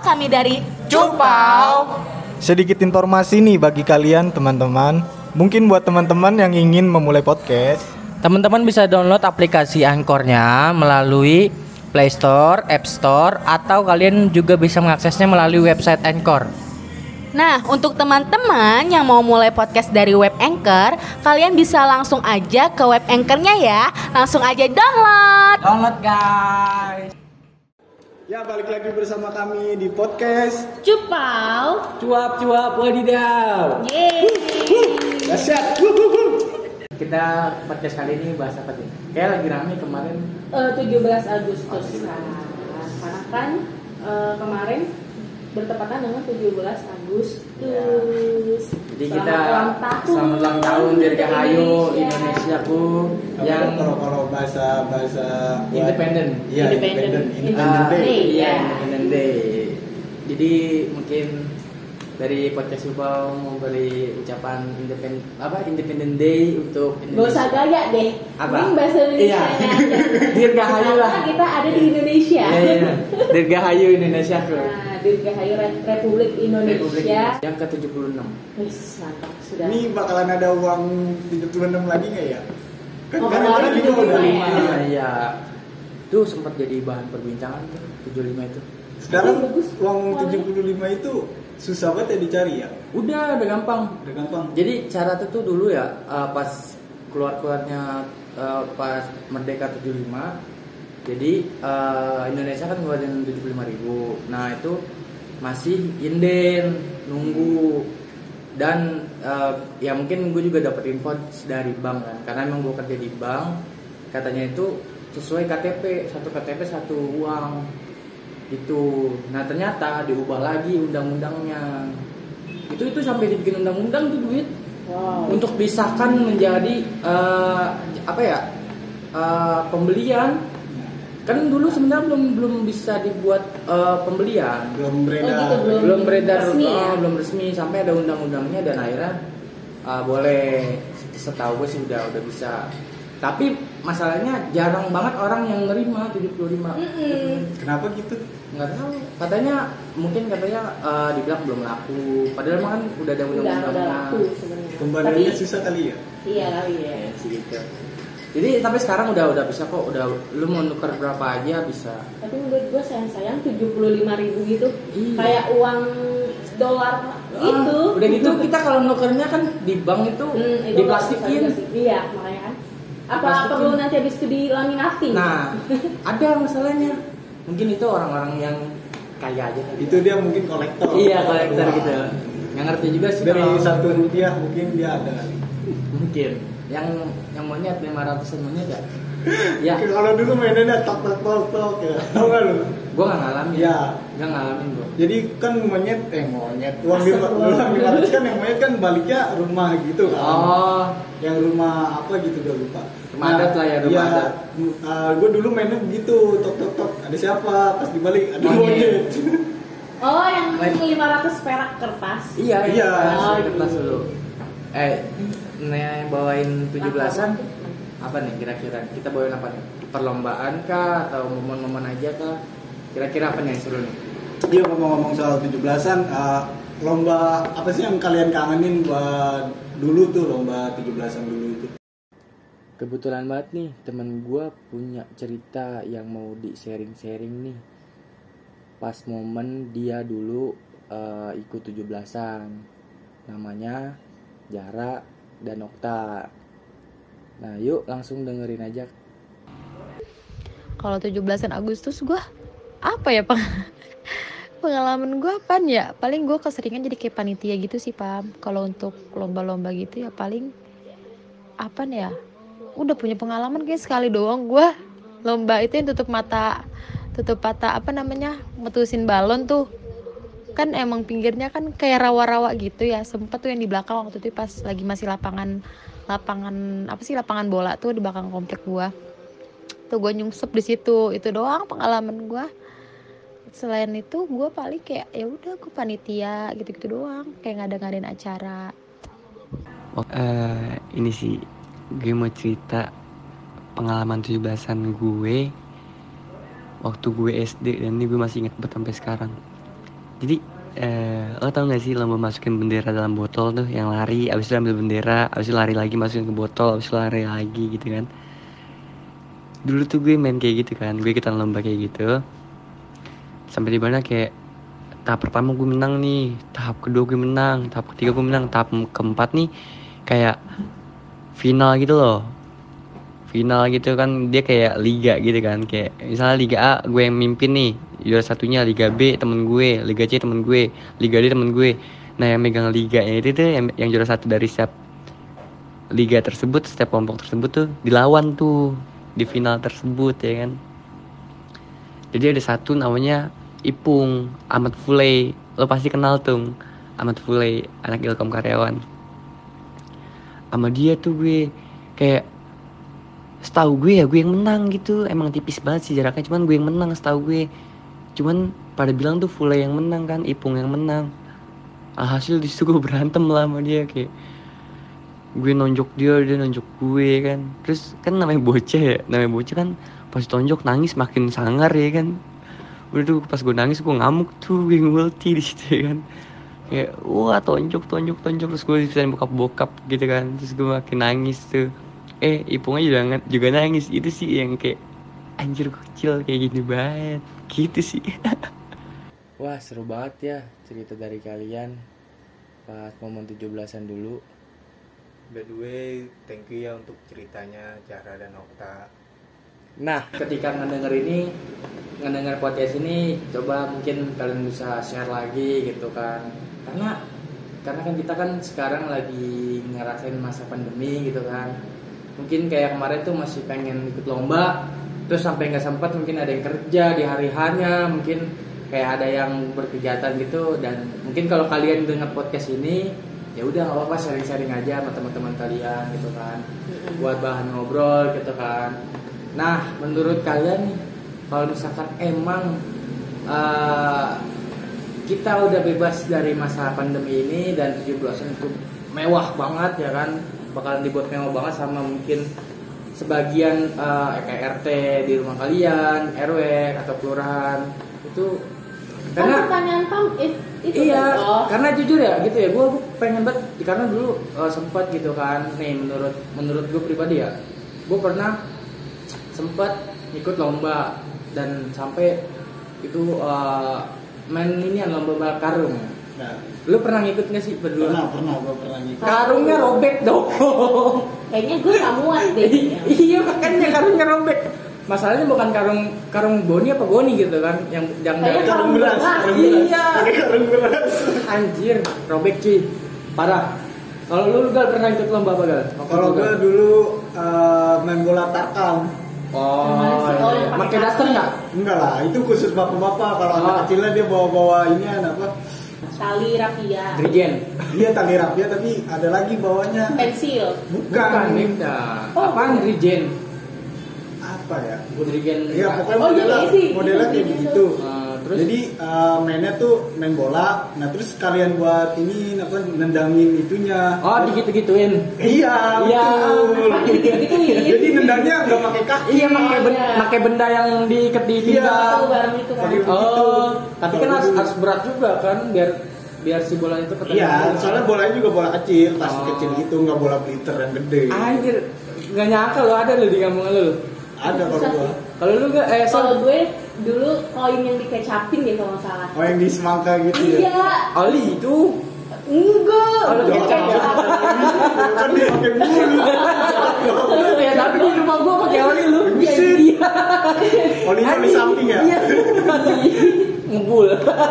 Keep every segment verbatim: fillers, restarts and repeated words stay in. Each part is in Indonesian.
kami dari Cupau. Sedikit informasi nih bagi kalian teman-teman. Mungkin buat teman-teman yang ingin memulai podcast, teman-teman bisa download aplikasi Anchor-nya melalui Play Store, App Store, atau kalian juga bisa mengaksesnya melalui website Anchor. Nah, untuk teman-teman yang mau mulai podcast dari web Anchor, kalian bisa langsung aja ke web Anchor-nya ya. Langsung aja download. Download guys. ya balik lagi bersama kami di podcast Cupau. Cuap-cuap wadidaw. Yeay. Dahsyat. Kita podcast kali ini bahas apa nih? Kayak lagi rame kemarin Uh, tujuh belas Agustus. Nah, karena kan uh, kemarin bertepatan dengan tujuh belas Agustus. Jadi kita selamat ulang tahun Dirgahayu Indonesiaku yang kalau kalau bahasa bahasa independen. Iya, Independent. independent Independent Day. Day. Iya, ya. Independent Day. Jadi mungkin dari podcast Cupau mau beri ucapan independen apa Independent Day untuk Gak Indonesia. usah gaya deh. Apa? Mending bahasa Indonesia Iya. aja. Dirgahayu lah. Karena kita ada di Indonesia. Iya, iya. Dirgahayu Indonesia tuh. Nah, Dirgahayu Republik Indonesia. Republik Indonesia yang ke tujuh puluh enam. Wis, mantap sudah. Ini bakalan ada uang tujuh puluh enam lagi nggak ya? Kan Oh, kan kalau ada ada lima udah lima lima. ya. Iya, iya. Itu sempat jadi bahan perbincangan tuh tujuh puluh lima itu. Sekarang Bagus. uang Boleh. tujuh puluh lima itu susah banget ya dicari ya. Udah, udah gampang. Udah gampang. Jadi cara itu tuh dulu ya uh, pas keluar-keluarnya uh, pas Merdeka tujuh puluh lima. Jadi uh, Indonesia kan ngeluarin tujuh puluh lima ribu. Nah, itu masih inden nunggu. Dan uh, ya mungkin gue juga dapat info dari bank kan. Karena emang gue kerja di bank. Katanya itu sesuai K T P, satu K T P satu uang. Itu. Nah, ternyata diubah lagi undang-undangnya. Itu itu sampai dibikin undang-undang tuh duit. Wow. Untuk disahkan menjadi uh, apa ya? Uh, pembelian. Kan dulu sebenarnya belum belum bisa dibuat uh, pembelian. Belum beredar. Oh, gitu, belum. Belum beredar resmi ya? uh, belum resmi sampai ada undang-undangnya dan akhirnya uh, boleh, setahu gue sih udah udah bisa. Tapi masalahnya jarang banget orang yang nerima tujuh puluh lima. Mm-mm. Kenapa gitu? Nggak tahu, katanya mungkin katanya uh, dibilang belum laku, padahal mah kan udah ada Udah undang-undangnya. udah laku sebenarnya. Kembaliannya Tapi susah kali ya. iya kali ya. Ya, sih gitu. Jadi tapi sekarang udah udah bisa kok, udah lu mau nuker berapa aja bisa. Tapi menurut gue sayang-sayang tujuh puluh lima ribu gitu. Iya. Kayak uang dolar gitu. Ah, udah gitu kita kalau nukernya kan di bank itu Hmm, itu diplastikin. bagus, bagus. Iya, makanya kan. Apa Diplastikin. perlu nanti habis itu dilaminating? Nah, ada masalahnya. Mungkin itu orang-orang yang kaya aja kali. Itu dia mungkin kolektor. Iya, kolektor Wah. gitu. Nggak ngerti juga sih Dari kalau- satu rupiah mungkin dia ada kali. mungkin yang yang monyet lima ratusan monyet ya. Ya, Kalau dulu mainnya tok tok tok tok ya. Tahu nggak lu? gua nggak ngalamin. Iya. Nggak ngalamin gua. Jadi kan monyet, eh monyet, uang lima, Astagfirullah. uang lima ratus kan yang monyet kan baliknya rumah gitu kan. Oh, Yang rumah apa gitu udah lupa. Rumah adat lah ya, rumah adat. gue dulu mainnya begitu, tok tok tok. Ada siapa? Pas dibalik ada Monyet. monyet. Oh, yang Lain. lima ratus perak kertas. iya Iya. Oh, Oh, kertas iya. dulu. Eh, nih bawain tujuh belasan apa nih kira-kira? Kita bawain apa nih? Perlombaan kah atau momen-momen aja kah? Kira-kira apa nih yang seru nih? Iya, ngomong-ngomong soal tujuh belasan, uh, lomba apa sih yang kalian kangenin buat dulu tuh, lomba tujuh belasan dulu itu? Kebetulan banget nih temen gue punya cerita yang mau di sharing-sharing nih. Pas momen dia dulu uh, ikut tujuh belasan. Namanya Jara dan Okta. Nah yuk langsung dengerin aja. Kalau tujuh belasan Agustus gue apa ya peng pengalaman gue apaan ya, paling gue keseringan jadi kayak panitia gitu sih Pam. Kalau untuk lomba-lomba gitu ya paling apa ya, udah punya pengalaman kayak sekali doang gue lomba itu yang tutup mata tutup mata apa namanya metusin balon tuh kan, emang pinggirnya kan kayak rawa-rawa gitu ya. Sempet tuh yang di belakang waktu itu pas lagi masih lapangan lapangan apa sih lapangan bola tuh di belakang komplek gue tuh, gue nyungsep di situ. Itu doang pengalaman gue. Selain itu gue paling kayak ya udah gue panitia gitu-gitu doang, kayak ngada-ngadain acara. Uh, ini sih gue mau cerita pengalaman tujuh belasan gue waktu gue S D, dan ini gue masih inget banget sampai sekarang. Jadi eh, lo tau gak sih lomba masukin bendera dalam botol tuh, yang lari abis itu ambil bendera, abis itu lari lagi masukin ke botol, abis itu lari lagi gitu kan. Dulu tuh gue main kayak gitu kan, gue ikutan lomba kayak gitu. Sampai di mana kayak tahap pertama gue menang nih, tahap kedua gue menang, tahap ketiga gue menang, tahap keempat nih kayak final gitu loh. Final gitu kan, dia kayak liga gitu kan. Kayak misalnya Liga A gue yang mimpin nih, juara satunya. Liga B temen gue, Liga C temen gue, Liga D temen gue. Nah yang megang liganya itu tuh yang, yang juara satu dari setiap liga tersebut, setiap kelompok tersebut tuh dilawan tuh di final tersebut ya kan. Jadi ada satu namanya Ipung, Ahmad Fulay. Lo pasti kenal tuh Ahmad Fulay, anak Ilkom Karyawan. Sama dia tuh gue kayak, setahu gue ya gue yang menang gitu. Emang tipis banget sih jaraknya, cuman gue yang menang setahu gue. Cuman pada bilang tuh Fulay yang menang kan, Ipung yang menang. Alhasil disitu gue berantem lah sama dia, kayak gue nonjok dia, dia nonjok gue kan. Terus kan namanya bocah ya, namanya bocah kan pas tonjok nangis makin sangar ya kan. Udah tuh pas gue nangis gue ngamuk tuh, gue ngulti di situ ya kan. Kayak wah tonjok tonjok tonjok, terus gue bisa bokap-bokap gitu kan. Terus gue makin nangis tuh. Eh Ipungnya juga, juga nangis. Itu sih yang kayak anjir kecil kayak gini banget gitu sih. Wah seru banget ya cerita dari kalian pas momen tujuh belasan dulu. By the way, thank you ya untuk ceritanya Zahra dan Okta. Nah ketika ngedenger ini, ngedenger podcast ini, coba mungkin kalian bisa share lagi gitu kan. Karena karena kan kita kan sekarang lagi ngerasain masa pandemi gitu kan. Mungkin kayak kemarin tuh masih pengen ikut lomba, terus sampai nggak sempat, mungkin ada yang kerja di hari hanya, mungkin kayak ada yang berkegiatan gitu. Dan mungkin kalau kalian dengar podcast ini, ya udah nggak apa-apa, sharing-sharing aja sama teman-teman kalian gitu kan, buat bahan ngobrol gitu kan. Nah menurut kalian nih, kalau misalkan emang uh, kita udah bebas dari masa pandemi ini dan tujuh belasan itu mewah banget ya kan, bakalan dibuat mewah banget sama mungkin sebagian uh, K R T di rumah kalian, R W atau kelurahan itu. Karena pertanyaan Pam it, itu iya, oh. Karena jujur ya gitu ya, gue pengen banget karena dulu uh, sempat gitu kan. Nih menurut menurut gue pribadi ya, gue pernah sempat ikut lomba dan sampai itu uh, main ini yang lomba balap karung. Nah, Lu pernah ngikut nggak sih berdua? pernah pernah gue pernah ngikut. Karungnya robek dong. Kayaknya gue gak muat deh. Iya makanya karungnya robek. Masalahnya bukan karung karung Boni apa Goni gitu kan, yang yang Kayaknya Karung beras, karung Iya. beras. Pakai karung beras. Anjir, robek cuy. Parah. Kalau lu Gal pernah ikut lomba apa Gal? Kalau gue dulu uh, main bola tarkam. Oh, Gimana sih? Oh, yang pakai pakai daster kaki. enggak? Enggak lah, itu khusus bapak-bapak. Kalau Oh. anak kecilnya dia bawa-bawa ini apa? Tali rafia, Drigen. Dia tali rapia tapi ada lagi bawahnya. pensil. Bukan, Bukan. beda. Oh. Apaan Drigen? Apa ya? Drigen. Iya pokoknya Oh, iya, modelnya, iya sih. modelnya kayak Iya, begitu. Uh, terus Jadi uh, mainnya tuh main bola. Nah terus kalian buat ini apa nendangin itunya. oh digitu-gituin. Iya, Iya. betul. Gitu-gituin. Jadi nendangnya nggak pakai kaki. Iya, pakai ben- Iya. pakai benda yang diikat di Iya. pinggang. Tahu bareng itu kan. Pakai begitu. Oh, tapi kan Kalau harus, dulu. harus berat juga kan biar biar si bola itu ketemu. Iya, soalnya bolanya juga bola kecil, plastik Oh. kecil gitu, nggak bola glitter yang gede. Anjir, nggak nyangka lo ada lo di kampung lo. Ada kalau Susah gua. sih. Kalau lu nggak eh Kalau Sol, gue dulu koin yang dikecapin ya kalau nggak salah. Oh yang di semangka gitu ya. Iya, Oli itu enggak. Oh, lu Kecap. kecap. Kan dia pakai mulu. ya tapi di rumah gua pakai oli lu. Buset. Iya. Olinya di samping ya. Iya. Ngebul.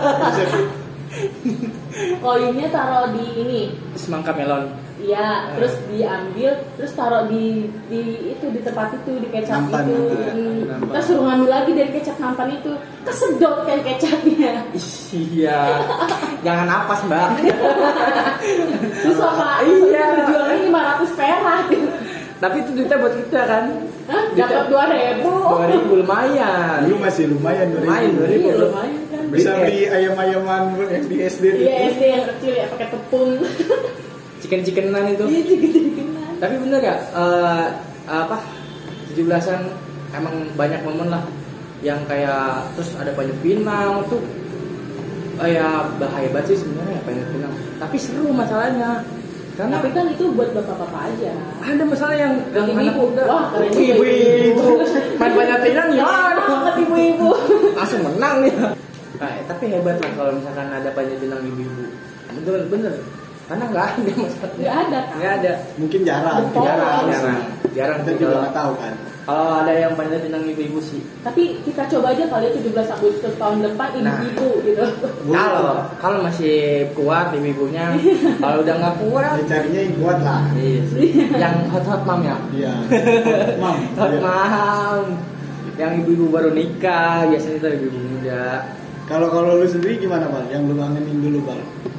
Koinnya taruh di ini. Semangka melon. Iya, Eh. terus diambil, terus taruh di di itu di tempat itu di kecap Nampan itu. gitu ya, Hmm. nampan. Terus suruh ngambil lagi dari kecap nampan itu, kesedot kan kecapnya. Iya. Jangan napas, Mbak. Terus apa? Iya. Jualnya lima ratus perak. Tapi itu duitnya buat kita kan. Hah? Dapat dua ribu. dua ribu lumayan. Dulu masih lumayan dua ribu. Lumayan, dua ribu. Iya, lumayan kan. Bisa beli ayam-ayaman yang di S D itu. Iya, S D yang kecil ya pakai tepung. Chicken-chickenan itu. Iya, gitu-gituan. Tapi bener gak? Eh, apa? tujuh belasan emang banyak momen lah yang kayak terus ada Panjat Pinang tuh oh ya bahaya banget sih sebenarnya ya panjat pinang. Tapi seru masalahnya. Karena Tapi kan itu buat bapak-bapak aja. ada masalah yang yang Ibu-ibu. anak muda. Wah, keren juga ibu-ibu. ibu-ibu. Main panjat pinang ya. Banget ibu-ibu. Langsung menang ya. Nah, tapi hebat lah kalau misalkan ada panjat pinang ibu-ibu. Bener-bener. Karena nggak ada masalah. Nggak ada kan? Nggak ada. Mungkin jarang. Betul. Jarang, jarang. Jarang Kita sih juga kalau nggak tahu kan. kalau ada yang panjat pinang ibu-ibu sih. Tapi kita coba aja kali tujuh belas Agustus tahun depan ibu-ibu gitu. Kalau kalau masih kuat ibu-ibunya, kalau udah nggak kuat, Ya, carinya yang kuat lah. iya sih. Yang hot hot mam ya, Iya. Mam. hot Iya. mam, yang ibu-ibu baru nikah, biasanya itu ibu-ibu muda. Kalau kalau lu sendiri gimana Bal? Yang lu kangenin dulu Bal?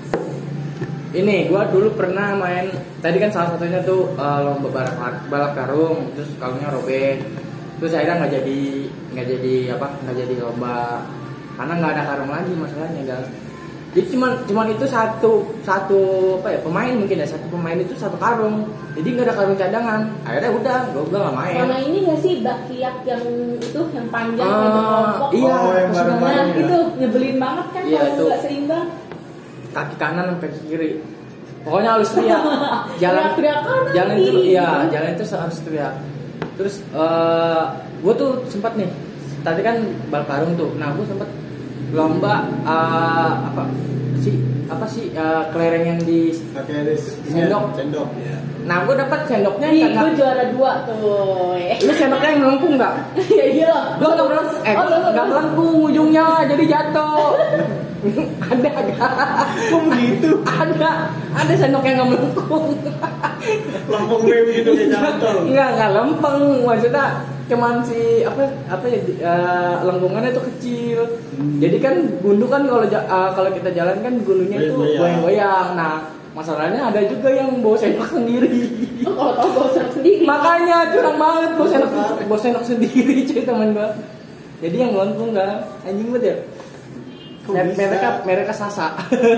Ini gua dulu pernah main, tadi kan salah satunya tuh uh, lomba balap balap karung, terus kalungnya robek, terus akhirnya nggak jadi nggak jadi apa nggak jadi lomba karena nggak ada karung lagi masalahnya guys. Jadi cuman cuman itu satu satu apa ya pemain mungkin ya satu pemain itu satu karung, jadi nggak ada karung cadangan. Akhirnya udah gua gua nggak main. Sama ini nggak sih bakiak yang itu yang panjang Ah, yang berkelompok? iya, Oh, yang terus bareng-bareng. Nah ya. itu nyebelin banget kan Iya, kalau itu. nggak seimbang. Kaki kanan sampai kiri. Pokoknya harus teriak. Jalan Teriak-teriak kanan, jalan itu kiri. iya, jalan itu harus teriak. Terus eh gue tuh sempat nih. Tadi kan balap karung tuh. Nah, gue sempat lomba eh, apa sih apa sih eh, kelereng yang di Pakai des- Sendok. Sendok. Iya. Nah, gue dapat sendoknya Ih, karena gue juara dua tuh. lu sendoknya yang melengkung nggak? Ya iya loh. Gue nggak melengkung, eh Oh, lu- lu- nggak melengkung ujungnya jadi jatuh. ada ada Kok begitu? ada ada sendok yang nggak melengkung. Lempeng gue begitu kayak jatuh. Enggak, enggak lempeng. Maksudnya cuman si apa apa ya uh, lengkungannya itu kecil. Hmm. Jadi kan gundu kan kalau ja- uh, kalau kita jalan kan gundunya itu Goyang-goyang. goyang-goyang. Nah, masalahnya ada juga yang bawa sendok sendiri. Oh, kalau tahu gue usah sendiri. Makanya curang banget bawa sendok bawa sendok sendiri cuy teman gua. Jadi yang melengkung enggak anjing banget ya. Kok Mer- bisa? Mereka mereka Sasa.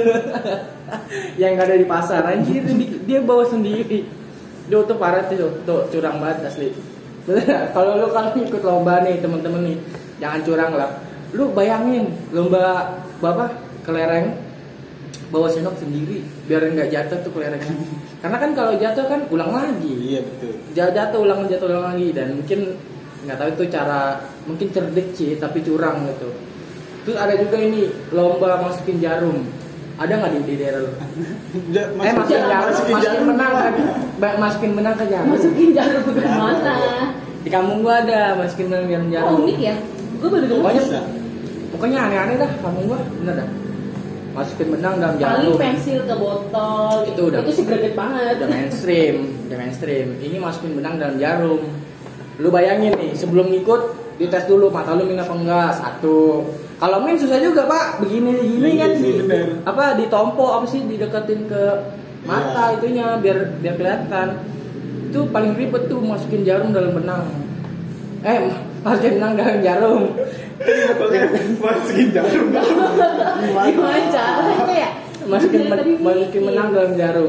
yang nggak ada di pasar anjir dia, dia bawa sendiri. Dia tuh parah tuh, tuh curang banget asli. Bener, kalau lu kalau ikut lomba nih temen-temen nih, jangan curang lah. Lu bayangin lomba apa kelereng bawa sendok sendiri biar nggak jatuh tuh kelerengnya. Karena kan kalau jatuh kan ulang lagi. Iya betul. Jatuh jatuh ulang jatuh ulang lagi dan mungkin nggak tahu itu cara mungkin cerdik sih tapi curang gitu. Terus ada juga ini lomba masukin jarum. Ada nggak di, di daerah lu? Ja- eh masukin jarum, masukin masukin jarum benang gimana? kan? Ba- Masukin benang ke jarum. Masukin jarum ke mana? Di kampung gua ada masukin benang jarum jarum. Oh, unik ya. Gue baru dengar. Pokoknya Bisa. pokoknya aneh-aneh dah kampung gua, bener dah. Masukin benang dalam Paling jarum. pensil ke botol. Itu udah. Itu sih greget banget. Udah mainstream, udah mainstream. Ini masukin benang dalam jarum. Lu bayangin nih, sebelum ngikut dites dulu mata lu min apa enggak. Satu. Kalau min susah juga, Pak. Begini gini Iya, kan iya, di bener. apa ditompo apa sih dideketin ke mata Iya. itunya biar biar kelihatan. Itu paling ribet tuh masukin jarum dalam benang. Eh, masukin benang dalam jarum. Masukin jarum. Gimana? Gimana caranya ya? Masukin Dari men- tadi masukin mikir. benang dalam jarum.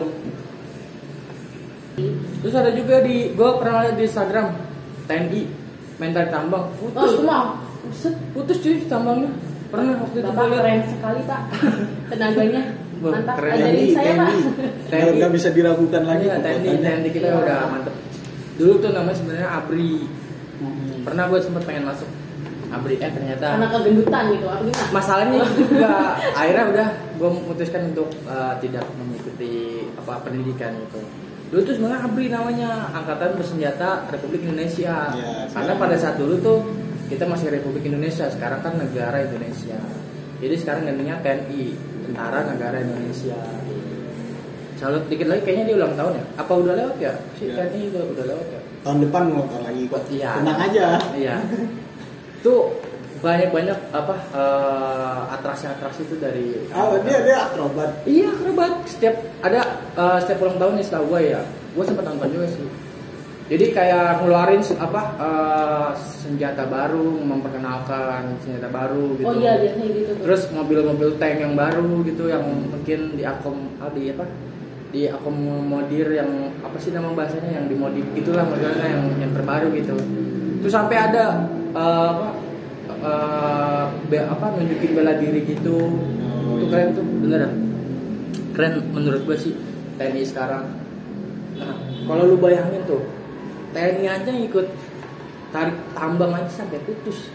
Terus ada juga di gue pernah lihat di Instagram T N I main tarik tambang Oh, putus semua. Buset. putus cuy tambangnya pernah waktu itu Bapak gua lihat. keren sekali, Pak. Tenaganya. Wah, Mantap. keren. Ajarin saya, Pak. T N I Nggak bisa diragukan lagi. Iya, T N I T N I kita Iya. udah mantep. Dulu tuh namanya sebenarnya Abri. Hmm. Pernah gue sempet pengen masuk Abri eh ternyata Karena kegendutan gitu. Apa gimana? masalahnya juga akhirnya udah gue memutuskan untuk uh, tidak mengikuti apa pendidikan itu. Dulu tuh sebenarnya ABRI namanya, Angkatan Bersenjata Republik Indonesia. Ya, Karena pada saat dulu tuh kita masih Republik Indonesia, sekarang kan negara Indonesia. Jadi sekarang gantinya T N I, Tentara Negara Indonesia. Salut dikit lagi kayaknya dia ulang tahun ya. Apa udah lewat ya? Si Ya. T N I udah, udah lewat ya. Tahun depan mau nonton lagi kok. Iya. Tenang aja. Iya. Tuh banyak-banyak apa eh, atraksi-atraksi itu dari Oh, dia dia akrobat. Iya akrobat. Setiap ada eh, setiap ulang tahun ya setahu gue ya. Gue sempat nonton juga sih. Jadi kayak ngeluarin apa eh, senjata baru, memperkenalkan senjata baru gitu. Oh iya, biasanya gitu tuh. Terus mobil-mobil tank yang baru gitu yang mungkin diakom ah, di apa? Diakomodir yang apa sih nama bahasanya yang dimodif gitulah modelnya yang yang terbaru gitu. Terus sampai ada eh, apa? eh, be- apa nunjukin bela diri gitu. Oh, Itu iya. keren tuh, beneran. Keren menurut gue sih T N I sekarang. Nah, kalau lu bayangin tuh, T N I aja ikut tarik tambang aja sampai putus.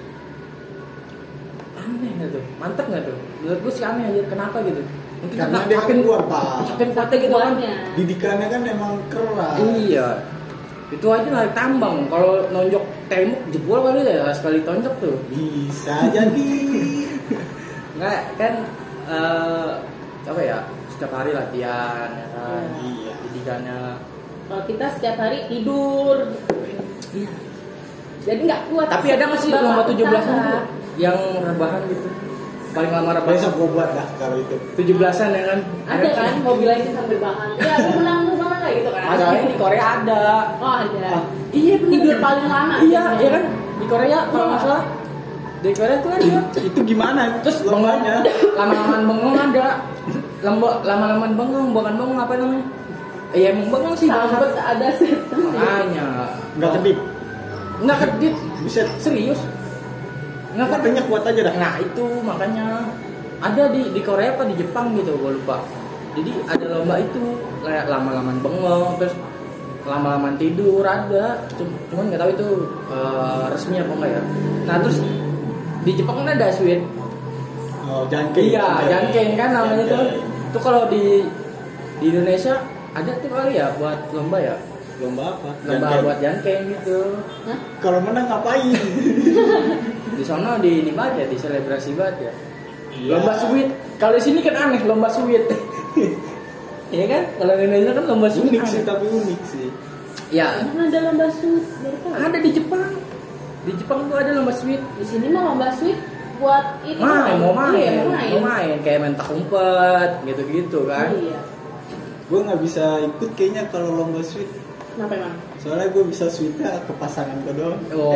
Aneh nggak tuh? Mantep nggak tuh? Menurut gue sih aneh aja. Kenapa gitu? Mungkin Karena karena dia kan saking kuat, Pak. saking kuatnya gitu kan. Kuatnya. Didikannya kan emang keras. Iya. Itu aja narik tambang. Kalau nonjok tembok jebol kali ya sekali tonjok tuh. Bisa jadi. Nggak kan eh apa ya? Setiap hari latihan ya kan. Iya. Didikannya. Kalau kita setiap hari tidur. Iya. Jadi nggak kuat. Tapi ada nggak sih Bapak lomba tujuh belasan utara. tuh yang rebahan gitu? Paling lama rebahan. Besok gue buat dah kalau itu. tujuh belasan ya kan? Ada kan mobilnya sampai bahan. Ya aku menang lu mana kayak gitu kan? Ada di Korea ada. Oh ada. Ah, iya bener. Tidur paling lama. Iya, biasanya. iya kan? Di Korea kalau nggak salah. Di Korea tuh ada. Itu gimana? Terus lombanya? lama-lamaan bengong ada. Lomba lama-lamaan bengong, bukan bengong apa namanya? Iya emang bengong sih. Sambet ada setan. Makanya. Nggak kedip. Nggak kedip. Buset. Serius. Nggak kedip. Katanya kuat aja dah. Nah itu makanya ada di di Korea apa di Jepang gitu, gue lupa. Jadi ada lomba itu kayak lama-lamaan bengong, terus lama-lamaan tidur ada. Cuman nggak tahu itu uh, resmi apa enggak ya. Nah terus di Jepang kan ada sweet. Oh, jangkeng. Iya, jangkeng kan namanya tuh. Itu kalau di di Indonesia ada tuh kali ya buat lomba ya. Lomba apa? Lomba Jangkeng. buat jangkeng gitu. Kalau menang ngapain? Di sana di di banget ya, di selebrasi banget ya. Iya. Lomba sweet. Kalau di sini kan aneh lomba sweet. Iya kan? Kalau di Indonesia kan lomba sweet. Unik sih, aneh. tapi unik sih. Ya, Emang ada lomba sweet dari kapan? ada di Jepang. Di Jepang tuh ada lomba sweet. Di sini mah lomba sweet buat itu. Main, mau main, Iya, mau main. mau main kayak main tak umpet gitu-gitu kan. Iya. Gue nggak bisa ikut kayaknya kalau lomba sweet. Kenapa emang? Soalnya gue bisa sweetnya ke pasangan gue doang. Oh.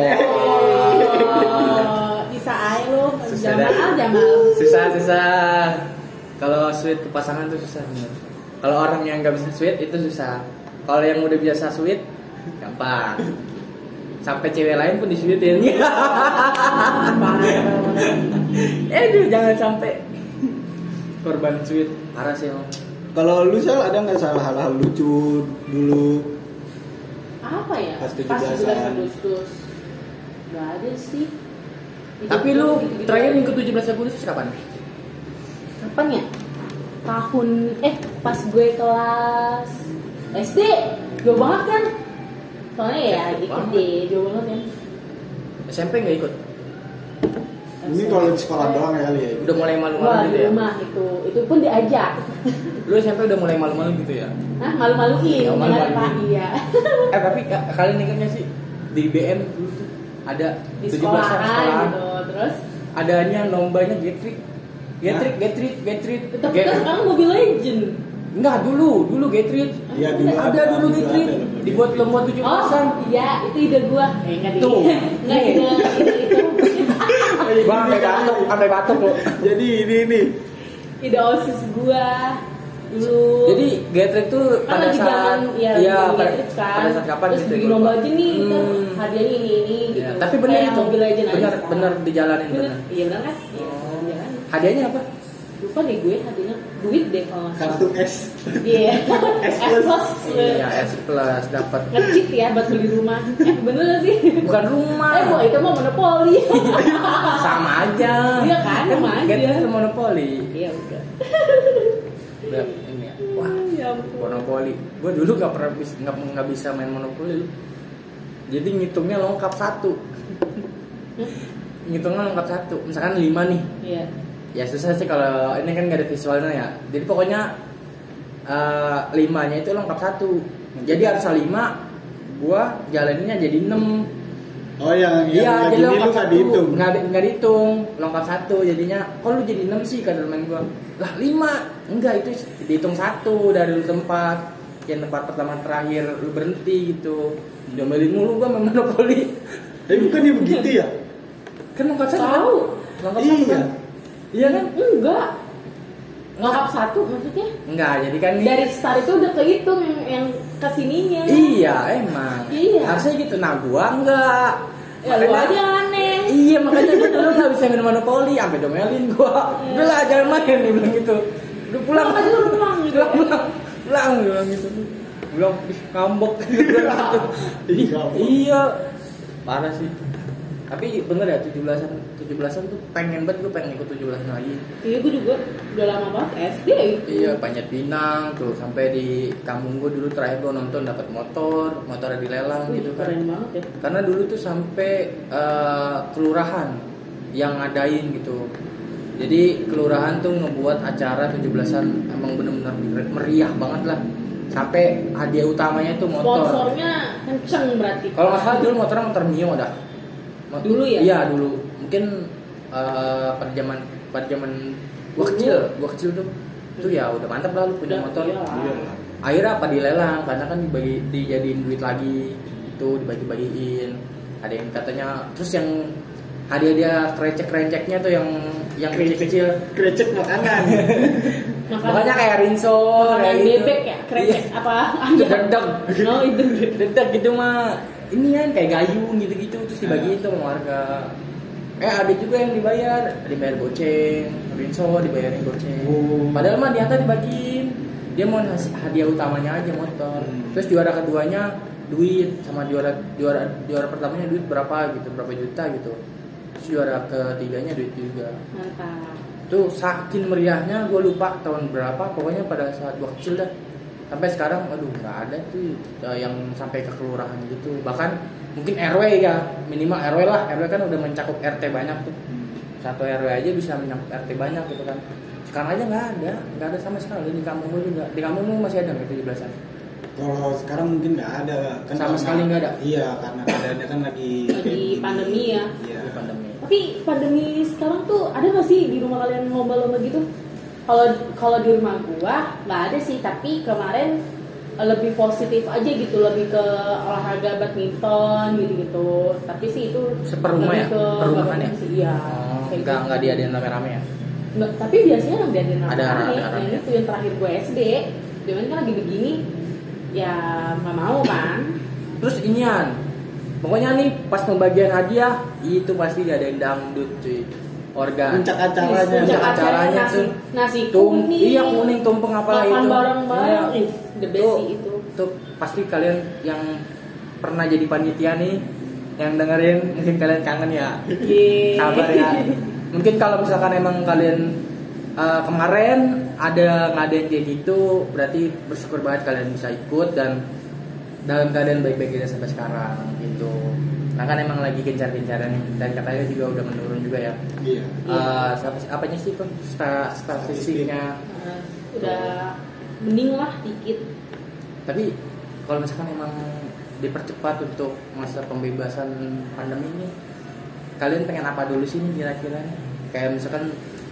Oh, bisa aja lo. Susah Jamal dah. ah Jamal. Susah, susah. Kalau sweet ke pasangan tuh susah bener. Kalau orang yang nggak bisa sweet itu susah. Kalau yang udah biasa sweet gampang. Sampai cewek lain pun disweetin. Eh, duh, jangan sampai korban sweet. Parah sih emang. Kalau lu Sal ada nggak salah hal-hal lucu dulu? Apa ya? Pas tujuh Pas belasan. tujuh belas Agustus. Gak ada sih. Tapi Gitu- lu gitu-gitu terakhir aja. yang ke tujuh belas Agustus kapan? Kapan ya? Tahun eh pas gue kelas S D. Jauh banget kan? Soalnya ya Jauh gitu banget. deh, jauh banget kan. S M P nggak ikut? Ini kalau di sekolah doang ya kali ya. Udah mulai Wah malu-malu di gitu ya? rumah itu, itu pun diajak. Lu S M P udah mulai malu-malu gitu ya? Hah, malu-maluin, Oh, jangan malu-maluin. Pak, iya. Eh tapi ka- kalian ingat nggak sih di B M dulu tuh ada Di tujuh belasan sekolahan sekolahan, gitu, terus adanya lombanya Getrik, Getrik, Getrik, Getrik. tapi kan sekarang Mobile Legend. Enggak dulu, dulu Getrik. Iya, dulu ada, ada, dulu dulu Getrik ada, dulu. dibuat lomba tujuh belasan. Oh iya, itu ide gua. Eh enggak deh. Tuh. Enggak ide ide itu. Gua sampai batuk, sampai batuk lo. Jadi ini ini. Ide OSIS gua dulu. Jadi Getrik tuh kan pada lagi saat zaman ya iya, zaman pada, Matrix kan. pada saat kapan terus gitu, bikin gua lomba lupa. aja nih kan Hmm. hadiahnya ini ini gitu. Ya, tapi bener Kayak itu. Mobile Legend Bener, aja bener sekarang. dijalanin Bener. bener. Iya benar kan? Iya, Oh. jalanin. Hadiahnya apa? Lupa deh gue hadiahnya duit deh kalau nggak salah. Kartu S. Iya. S S plus. plus. Iya, S plus dapat. Ngecit ya buat beli rumah. Eh bener gak sih? Bukan rumah. Eh mau itu mau monopoli. Sama aja. Iya kan, sama aja. Getrik sama monopoli. Iya udah. Udah ini ya. Wah, Ya ampun. monopoli. Gue dulu nggak pernah bisa nggak nggak bisa main monopoli. Lu. Jadi ngitungnya lengkap satu. Ngitungnya lengkap satu. Misalkan lima nih. Iya. Ya susah sih kalau ini kan nggak ada visualnya ya. Jadi pokoknya eh, limanya itu lengkap satu. Jadi harusnya lima, gua jalaninnya jadi enam. Oh yang yang Iya, yang jadi gini lu lengkap nggak satu. dihitung. Nggak di- nggak dihitung, lengkap satu. Jadinya, kok lu jadi enam sih kata temen gua. Lah lima, enggak itu dihitung satu dari lu tempat. Yang tempat pertama terakhir lu berhenti gitu. Diomelin mulu gua main monopoli. Tapi bukannya begitu ya? Kan lengkap satu. Tahu. Kan? Lengkap satu Iya. kan? Iya kan? Enggak. Lengkap satu maksudnya? Enggak, jadi kan nih. Dari start itu udah kehitung yang, yang kesininya. Iya emang. Iya. Harusnya gitu. Nah gua enggak. Ya lu aja aneh. Iya makanya gue dulu nggak bisa minum monopoli, sampai domelin gue. Udah lah jangan main, dia bilang gitu. Udah pulang aja lu pulang gitu. Pulang pulang pulang dia bilang gitu. Bilang ih ngambek gitu. Iya parah sih. Tapi bener ya tujuh belasan tujuh belasan tuh pengen banget gue pengen ikut tujuh belasan lagi. Iya gue juga udah lama banget S D itu. Iya Panjat Pinang tuh sampai di kampung gue dulu terakhir gue nonton dapat motor, motornya dilelang Wih, gitu kan. keren banget ya. Karena dulu tuh sampai uh, kelurahan yang ngadain gitu. Jadi kelurahan tuh ngebuat acara tujuh belasan emang bener-bener meriah banget lah. Sampai hadiah utamanya tuh motor. Sponsornya kenceng berarti. Kalau nggak salah dulu motornya motor Mio dah. Dulu ya? Iya dulu. Mungkin uh, pada zaman pada zaman gua kecil, gua kecil tuh tuh ya udah mantap lah lu punya Udah, motor. iya. Akhirnya apa dilelang karena kan dibagi dijadiin duit lagi itu dibagi-bagiin. Ada yang katanya terus yang hadiah-hadiah krecek-kreceknya tuh yang yang kecil-kecil Krecek makanan. makanya kayak rinso Makanan kayak gitu. bebek ya, krecek Iya. apa? Itu dedek. No itu. Dedek gitu mah ini kan kayak gayung gitu-gitu terus dibagiin tuh sama warga. Eh ada juga yang dibayar, dibayar goceng, rinso dibayarin goceng. Oh. Padahal mah di atas dibagiin. Dia mau ngasih hadiah utamanya aja motor. Hmm. Terus juara keduanya duit sama juara juara juara pertamanya duit berapa gitu, berapa juta gitu. Terus juara ketiganya duit juga. Mantap. Tuh saking meriahnya gue lupa tahun berapa, pokoknya pada saat gue kecil dah. Sampai sekarang aduh nggak ada tuh yang sampai ke kelurahan gitu. Bahkan mungkin R W ya, minimal R W lah. R W kan udah mencakup R T banyak tuh. Satu R W aja bisa mencakup R T banyak gitu kan. Sekarang aja nggak ada, nggak ada sama sekali di kampung gue juga. Di kampung lu masih ada nggak tujuh belasan? Kalau sekarang mungkin nggak ada kan. Sama karena- sekali nggak ada? Iya karena keadaannya kan lagi Lagi kayak begini. pandemi ya. Iya. Di pandemi. Tapi pandemi sekarang tuh ada nggak sih di rumah kalian lomba-lomba gitu? Kalau kalau di rumah gua nggak ada sih, tapi kemarin lebih positif aja gitu, lebih ke olahraga badminton gitu-gitu. Tapi sih itu Seperumah lebih ya? ke Perumahan ya? sih, iya. Oh, Kayak nggak gitu. nggak diadain rame-rame ya? Nggak, tapi biasanya nggak diadain Ada, rame-rame. ada Yang rame. itu yang terakhir gue S D, cuman kan lagi begini, ya nggak mau kan. Terus inian, pokoknya nih pas pembagian hadiah itu pasti diadain dangdut cuy. Organ. Puncak acaranya. Puncak acaranya acaranya nasi, tuh. nasi Tum- kuning. iya, kuning, tumpeng apalah Makan itu. bareng-bareng, Iya. ih, the best Tuh. sih itu. Tuh pasti kalian yang pernah jadi panitia nih yang dengerin mungkin kalian kangen ya. Yeay. Sabar ya. Mungkin kalau misalkan emang kalian uh, kemarin ada ngadain kayak gitu, berarti bersyukur banget kalian bisa ikut dan dalam keadaan baik-baik aja sampai sekarang gitu. Nah kan emang lagi gencar-gencaran nih dan katanya juga udah menurun juga ya. Iya. Uh, apa- apanya sih tuh sta- statistiknya? Nah, udah mending lah dikit. Tapi kalau misalkan emang dipercepat untuk masa pembebasan pandemi ini, kalian pengen apa dulu sih nih kira-kira nih? Kayak misalkan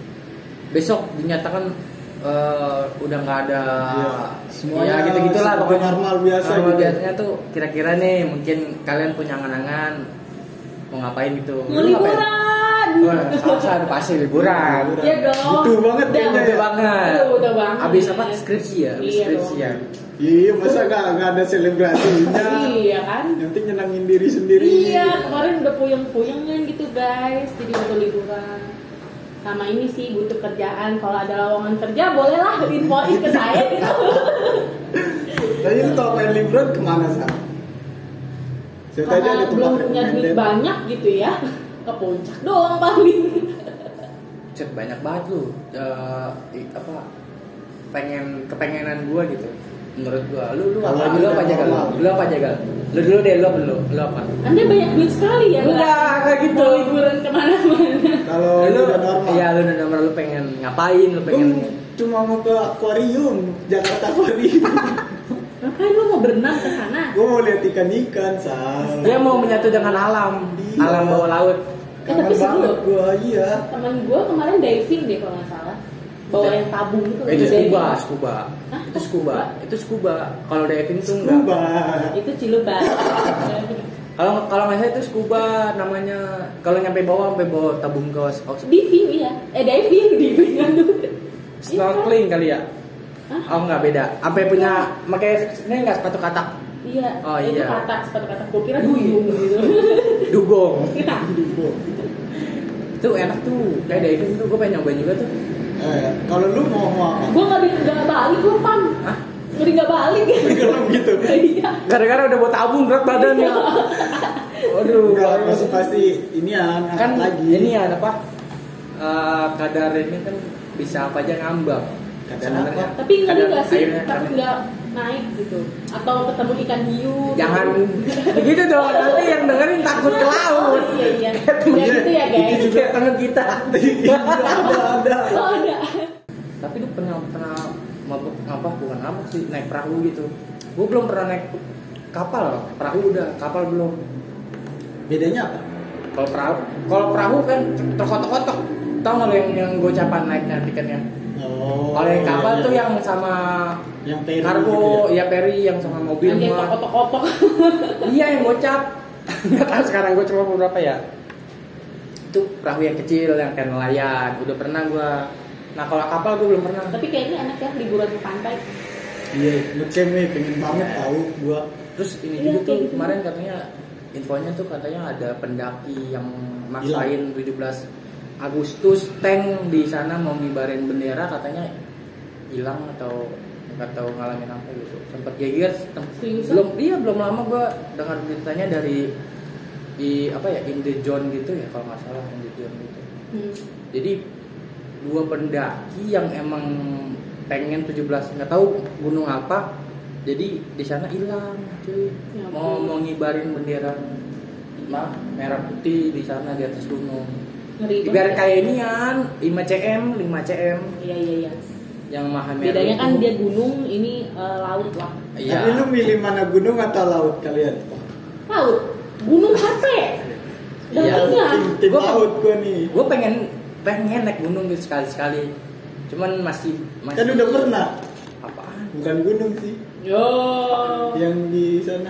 besok dinyatakan uh, udah nggak ada Iya. Semuanya ya gitu-gitulah seperti pokoknya normal biasa normal gitu. biasanya tuh kira-kira nih mungkin kalian punya angan-angan mau ngapain gitu. Mau Lu ngapain? liburan. Wah, salah pasti liburan. Iya dong. Butuh banget Udah, kayaknya. Betul banget. Udah banget. Habis apa skripsi ya? Habis Iya skripsi dong. ya. Iya masa nggak nggak ada selebrasinya. Iya kan? Yang penting nyenangin diri sendiri. Iya, kemarin udah puyeng-puyeng kan gitu guys. Jadi butuh liburan. Sama ini sih butuh kerjaan. Kalau ada lowongan kerja bolehlah infoin ke saya gitu. Tapi lu tau pengen liburan kemana sih? Saya tanya Karena ada tempat belum punya duit recommended. banyak gitu ya. Ke puncak doang paling. Cet banyak banget lu uh, i- apa pengen kepengenan gua gitu menurut gua lu lu Kalau apa ini lu apa udah aja gal normal. lu apa aja gal lu dulu deh lu apa lu lu apa Anda banyak duit sekali ya. Enggak, kayak gitu. Mau liburan kemana-mana. Kalau lu udah normal. iya lu udah normal lu pengen ngapain lu pengen Gua cuma mau ke akuarium, Jakarta Akuarium. Ngapain lu mau berenang ke sana? Gua mau lihat ikan-ikan, Sal. dia mau menyatu dengan alam Iya. alam bawah laut Eh, tapi Kangen seru banget loh. gua, iya. Temen gue kemarin diving deh kalau nggak salah. Bawa yang tabung itu. Eh, itu diving. scuba scuba Hah? itu scuba itu scuba kalau diving tuh enggak Scuba. Itu ciluban. kalau kalau nggak salah itu scuba namanya kalau nyampe bawah sampai bawa tabung ke oksigen Diving iya. Eh diving, diving kan tuh. snorkeling kali ya. Hah? Oh enggak beda. Sampai punya pakai ini enggak sepatu katak. Iya. Oh, itu iya. katak sepatu katak. Gue kira Duyung. duyung gitu. Dugong. Iya. Itu enak tuh, kayak diving tuh gue pengen nyobain juga tuh. Eh, kalau lu mau mau apa? Gue nggak di- nggak balik gue pan. Hah? Ngeri nggak balik. Gerem gitu. Iya. Gara-gara udah buat tabung berat badannya. Waduh, Enggak, pasti pasti ini ya ngangkat kan lagi. ini ya apa? Eh, kadar ini kan bisa apa aja ngambang. Kadar Sebenarnya. apa? Tapi ngeri Kadar nggak sih? airnya Tapi kan- nggak naik gitu. Atau ketemu ikan hiu. Jangan begitu dong, nanti yang dengerin takut ke laut. Oh iya iya. Ya gitu ya guys. Itu kayak temen kita. ada ada. Oh ada. Tapi lu pernah pernah mabuk apa? Bukan mabuk sih, naik perahu gitu. Gue belum pernah naik kapal, perahu udah, kapal belum. Bedanya apa? Kalau perahu, kalau perahu kan terkotok-kotok. Tahu nggak lo yang yang gocapan naiknya tiketnya? Oh. Kalau yang kapal iya, tuh iya. yang sama yang peri kargo, gitu ya peri yang sama mobil Yang mah. kotok-kotok. Iya yang gocap. Nggak tahu sekarang gue cuma beberapa ya. Itu perahu yang kecil yang kayak nelayan. Udah pernah gue. Nah kalau kapal gue belum pernah. Tapi kayaknya enak ya liburan ke pantai. Iya, ngecam nih, pengen banget tahu gua. Terus ini Iya, juga kayak tuh gitu. kemarin katanya infonya tuh katanya ada pendaki yang maksain tujuh belas Agustus tank di sana mau ngibarin bendera katanya hilang atau nggak tahu ngalamin apa gitu. Sempat geger. Seriusan? Belum iya belum lama gue dengar beritanya dari di apa ya in the zone gitu ya kalau nggak salah in the zone gitu. Hmm. Jadi dua pendaki yang emang pengen tujuh belas nggak tahu gunung apa jadi di sana hilang cuy. Ya mau ampun. mau ngibarin bendera mah merah putih di sana di atas gunung Ngeri biar banget ya. kayak inian lima cm lima cm Iya iya iya. yang maha merah Bedanya itu. kan dia gunung, ini eh, laut lah. iya. Tapi lu milih mana gunung atau laut kalian? Laut, gunung capek. Dan Iya. ingat, Tim, tim Gua- laut gua nih. gue pengen pengen naik gunung gitu sekali sekali cuman masih masih Kan udah pernah. apaan Bukan gunung sih. yo, Yang di sana.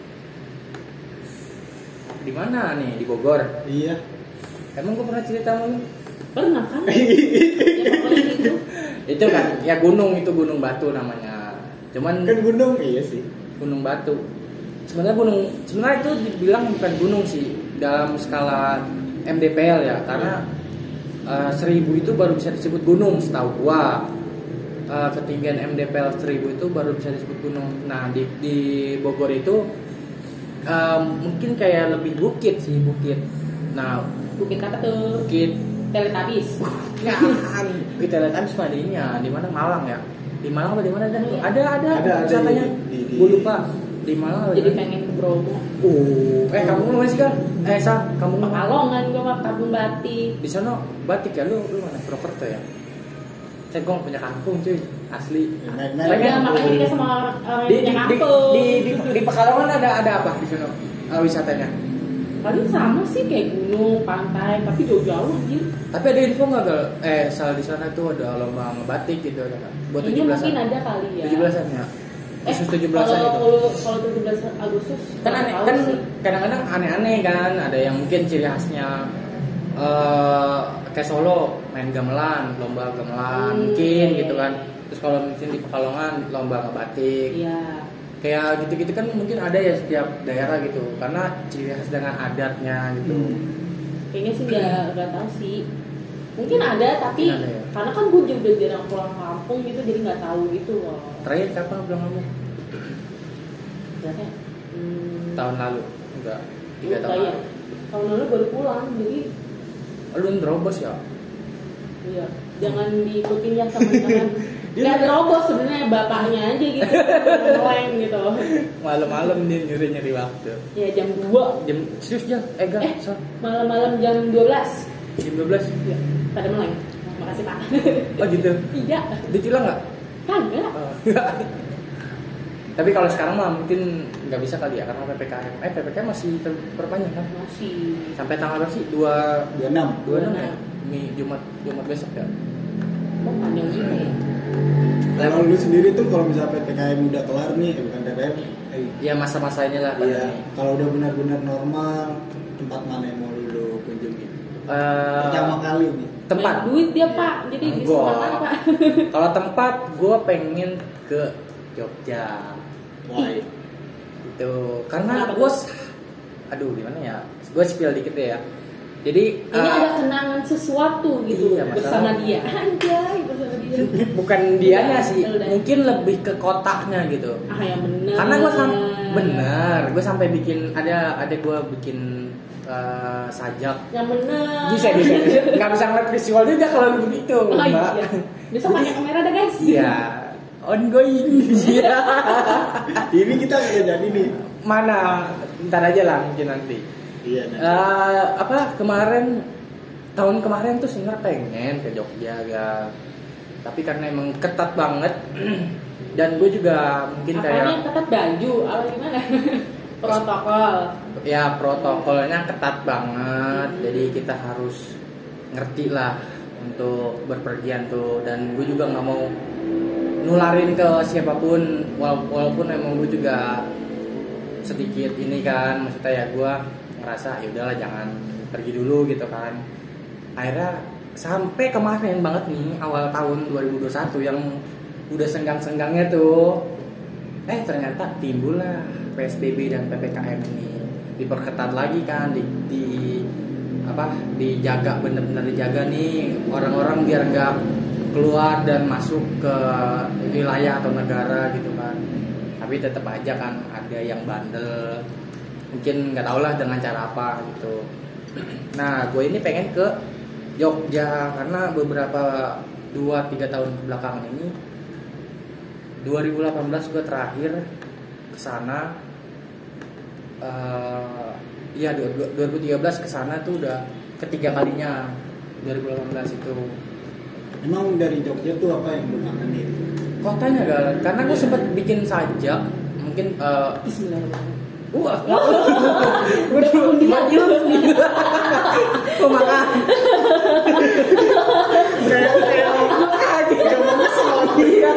di mana nih di Bogor Iya. emang gue pernah cerita sama lu pernah kan? Ya pokoknya gitu. itu kan ya gunung itu gunung batu namanya cuman Kan gunung iya sih. gunung batu sebenarnya gunung sebenarnya itu dibilang bukan gunung sih dalam skala M D P L ya karena uh, seribu itu baru bisa disebut gunung setahu gua. Uh, ketinggian M D P L seribu itu baru bisa disebut gunung. Nah di di Bogor itu uh, mungkin kayak lebih bukit sih bukit. Nah Bukit apa tuh? bukit Teletabis. kan kita lihat abis mah di ini ya di mana Malang ya di Malang apa di mana ada Iya. ada ada Ada, ada wisatanya di- di- gue lupa di Malang apa di Jadi mana? pengen ke Bromo. oh eh kamu mana sih kan eh Sam kamu mana Pekalongan gue mah kampung batik. di sana batik ya lu lu mana Purwokerto ya saya gue punya kampung cuy asli Main-main. Pengen. Ya makanya kita sama orang orang di yang di, punya di, kampung. di, di, di Pekalongan ada ada apa di sana uh, wisatanya Paling sama sih kayak gunung, pantai, tapi jauh-jauh anjir. tapi ada info nggak gal eh soal di sana tuh ada lomba ngebatik gitu ada nggak buat Kayaknya tujuh belasan mungkin ada kali ya. tujuh belasan ya Eh, khusus tujuh belasan kalau gitu kalau kalau tujuh belas Agustus kan nggak aneh tahu kan sih. kadang-kadang aneh-aneh kan ada yang mungkin ciri khasnya eh kayak Solo main gamelan lomba gamelan Hmm, mungkin iya, gitu iya. kan terus kalau mungkin di Pekalongan lomba ngebatik Iya. kayak gitu-gitu kan mungkin ada ya setiap daerah gitu karena ciri khas dengan adatnya gitu Hmm. Kayaknya sih nggak nggak tahu sih. Mungkin ada tapi Mungkin ada ya. karena kan gue juga jarang pulang kampung gitu jadi nggak tahu gitu loh. terakhir kapan pulang kamu Berarti, hmm, tahun lalu enggak tiga enggak tahun ya. lalu Tahun lalu baru pulang jadi oh, lu nerobos ya iya jangan diikutin ya teman-teman. Nggak terobos sebenarnya bapaknya aja gitu ngeleng gitu. malam-malam dia nyuri-nyuri waktu Ya jam dua jam serius jam eh enggak Eh. so, malam-malam jam dua belas. jam dua belas Iya, pada meleng. Makasih Pak. oh gitu Iya, ditilang nggak kagak. Oh. Tapi kalau sekarang mah mungkin nggak bisa kali ya karena P P K M. Eh P P K M masih terperpanjang kan? Masih. Sampai tanggal berapa sih? Dua dua puluh enam. dua enam ya? Ini Jumat Jumat besok ya. Oh, panjang ini. Kalau lu sendiri tuh kalau misalnya P P K M udah kelar nih, eh, bukan P P M, eh, Ya masa-masa inilah iya. pandemi. Kalau udah benar-benar normal, tempat mana yang mau lu kunjungi? Eh, Pertama kali nih. tempat. Banyak duit dia Pak, jadi bisa Enggak. kemana Pak? Kalau tempat gue pengen ke Jogja. Why? Gitu. Karena Kenapa gue tuh? aduh gimana ya? Gue spill dikit deh ya. Jadi Ini uh, ada kenangan sesuatu gitu iya, bersama masalah- dia. Anjay, bersama dia. bukan dianya Iya, sih, udah. mungkin lebih ke kotaknya gitu. Ah, yang bener. Karena gue sam bener, gue sampai bikin ada ada gue bikin uh, sajak. Yang bener. Bisa bisa, bisa. Nggak bisa ngeliat visual juga kalau begitu, Oh, Mbak. iya. Besok pakai kamera dah guys. Iya, ongoing. Iya. Ini kita udah jadi nih. Mana? Ntar aja lah mungkin nanti. Iya. Nah. Eh, apa kemarin tahun kemarin tuh sebenarnya pengen ke Jogja ya, tapi karena emang ketat banget dan gue juga mungkin Apanya kayak yang ketat baju? Apa gimana? Protokol. ya protokolnya ketat banget, jadi kita harus ngerti lah untuk berpergian tuh, dan gue juga nggak mau nularin ke siapapun, wala- walaupun emang gue juga sedikit ini kan, maksudnya ya gue ngerasa ya udahlah jangan pergi dulu gitu kan. Akhirnya sampai kemarin banget nih awal tahun dua ribu dua puluh satu yang udah senggang-senggangnya tuh, eh ternyata timbul lah P S B B dan P P K M ini, diperketat lagi kan, di, di apa dijaga, bener-bener dijaga nih orang-orang biar nggak keluar dan masuk ke wilayah atau negara gitu kan. Tapi tetap aja kan ada yang bandel, mungkin nggak tau lah dengan cara apa gitu. Nah gue ini pengen ke Jogja karena beberapa dua tiga tahun belakangan ini, dua ribu delapan belas gue terakhir kesana, uh, ya dua ribu tiga belas kesana tuh udah ketiga kalinya. Dua ribu delapan belas itu Emang dari Jogja tuh apa yang lu kangenin? kotanya gal, karena gue sempat bikin sajak mungkin uh, Bismillahirrahmanirrahim. wah udah maju oh makan kayak kayak kayak mau sholat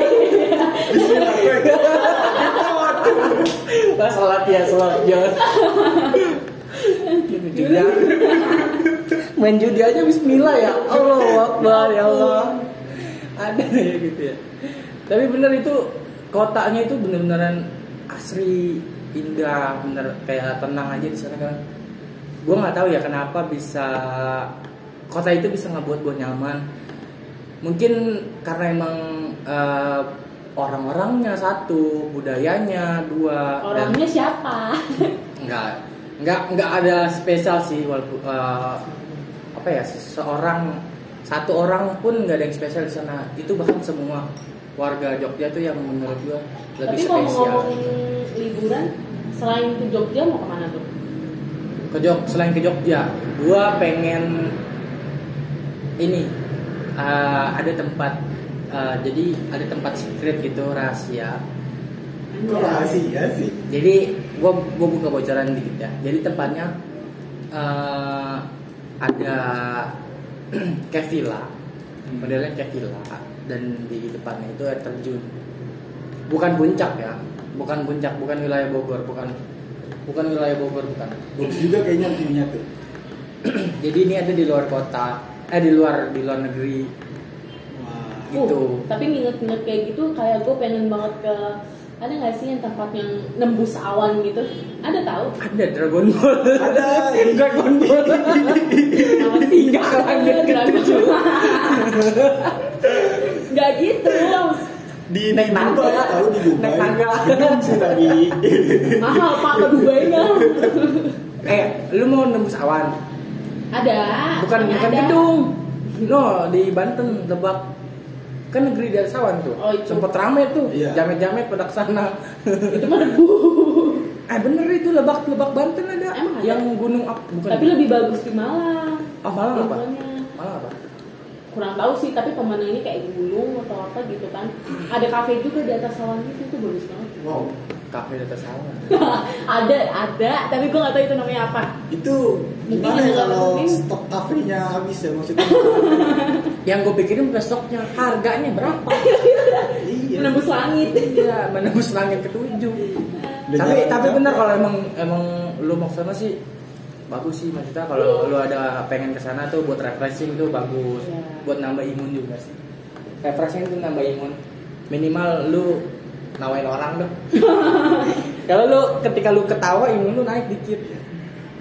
Pas sholat ya sholat jos juga main judi aja bismillah ya Allah Akbar ya Allah, ada ya gitu ya. Tapi bener itu kotanya itu bener-beneran asri, indah, bener kayak tenang aja di sana kan. Gue nggak tahu ya kenapa bisa kota itu bisa ngebuat gue nyaman. Mungkin karena emang uh, orang-orangnya satu, budayanya dua. Orangnya dan siapa? nggak nggak nggak ada spesial sih, walaupun uh, apa ya seseorang satu orang pun nggak ada yang spesial di sana. Itu bahkan semua warga Jogja tuh yang menurut gue lebih Tapi spesial. ngomong-ngomong liburan, selain ke Jogja mau kemana tuh? Ke Jog selain ke Jogja, gue pengen ini uh, ada tempat uh, jadi ada tempat secret gitu, rahasia. Kok rahasia sih? Jadi gue gue buka bocoran dikit ya. Jadi tempatnya uh, ada kayak villa, modelnya kayak villa, dan di depannya itu air terjun. Bukan puncak ya, bukan puncak, bukan wilayah Bogor, bukan bukan wilayah Bogor, bukan. Bagus juga kayaknya view-nya tuh. Jadi ini ada di luar kota, eh di luar di luar negeri Wah. gitu. Uh, tapi nginget-nginget kayak gitu, kayak gue pengen banget ke, ada nggak sih yang tempat yang nembus awan gitu? Ada tahu? Ada Dragon Ball. Ada. Dragon Ball. Tinggal ke langit ketujuh. Nggak gitu. Di Naik di Dubai, tangga. tahu di Dubai. Naik tangga. Sih lagi. Mahal pak ke Dubai-nya. Eh, lu mau nembus awan? Ada. Bukan ada. bukan gedung. No, di Banten, Lebak. Kan negeri dari awan tuh. Oh, itu. Sempet rame tuh. Iya. Jamet-jamet pada kesana. Itu mah debu. Eh bener itu Lebak Lebak Banten ada. Emang ada? Yang gunung apa? Bukan. Tapi lebih bagus di Malang. Oh, Malang apa? Lingkungannya. Malang apa? Kurang tahu sih, tapi pemandangannya kayak gunung atau apa gitu kan. Ada kafe juga di atas awan gitu, itu bagus banget. Wow. Kafe di atas awan. ada, ada, tapi gue nggak tahu itu namanya apa. Itu Mungkin gimana yang ya nggak kalau penting. stok kafenya habis ya maksudnya? Yang gue pikirin besoknya harganya berapa? Iya. Menembus langit. Iya, menembus langit ketujuh. Udah tapi jarang tapi capek. bener kalau emang emang lu mau kesana sih bagus sih, maksudnya kalau lu ada pengen kesana tuh buat refreshing tuh bagus, Iya. buat nambah imun juga sih. Refreshing tuh nambah imun, minimal lu nawain orang dong. Kalau lu ketika lu ketawa imun lu naik dikit.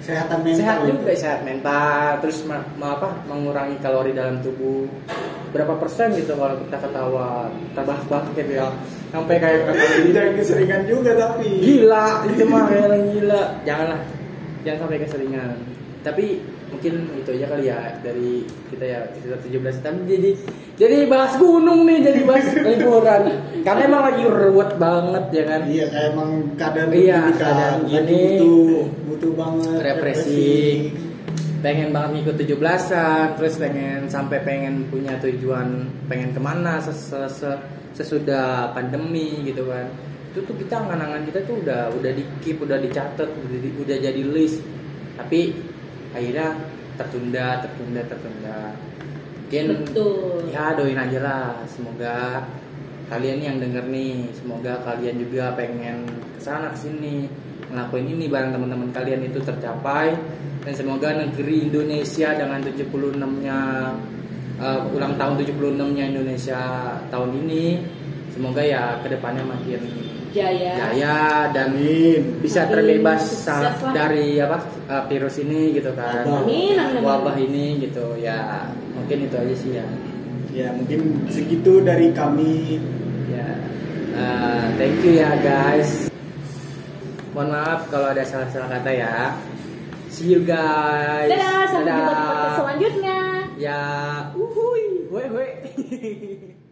kesehatan mental. Sehat gitu. juga, sehat mental, terus ma ma- apa mengurangi kalori dalam tubuh berapa persen gitu kalau kita ketawa terbahak-bahak gitu ya, sampai kayak Jangan keseringan juga tapi. gila itu mah kayak orang gila. Janganlah, jangan sampai keseringan. Tapi mungkin itu aja kali ya dari kita ya sekitar tujuh belas. Tapi jadi jadi bahas gunung nih, jadi bahas liburan karena emang lagi ruwet banget ya kan. Iya kayak emang keadaan Iya, begini kan, keadaan lagi gini. butuh butuh banget Refreshing. Pengen banget ngikut tujuh belasan, terus pengen sampai pengen punya tujuan pengen kemana ses ses- sesudah pandemi gitu kan. Itu tuh kita angan-angan kita tuh udah udah di keep, udah dicatat, udah, di- udah jadi list. Tapi akhirnya tertunda, tertunda, tertunda. Mungkin Betul. ya doain aja lah, semoga kalian yang denger nih, semoga kalian juga pengen kesana kesini ngelakuin ini bareng teman-teman kalian itu tercapai, dan semoga negeri Indonesia dengan tujuh puluh enam-nya uh, ulang tahun tujuh puluh enam-nya Indonesia tahun ini, semoga ya kedepannya makin Jaya. jaya dan Amin. bisa Makin terbebas sukses sa- lah. dari apa uh, virus ini gitu kan, Amin, amin, amin. wabah ini gitu ya. Mungkin itu aja sih ya. Ya mungkin segitu dari kami. Ya, uh, thank you ya guys. Mohon maaf kalau ada salah-salah kata ya. See you guys. Dadah, sampai jumpa di podcast selanjutnya. Ya, uhuy, weh weh.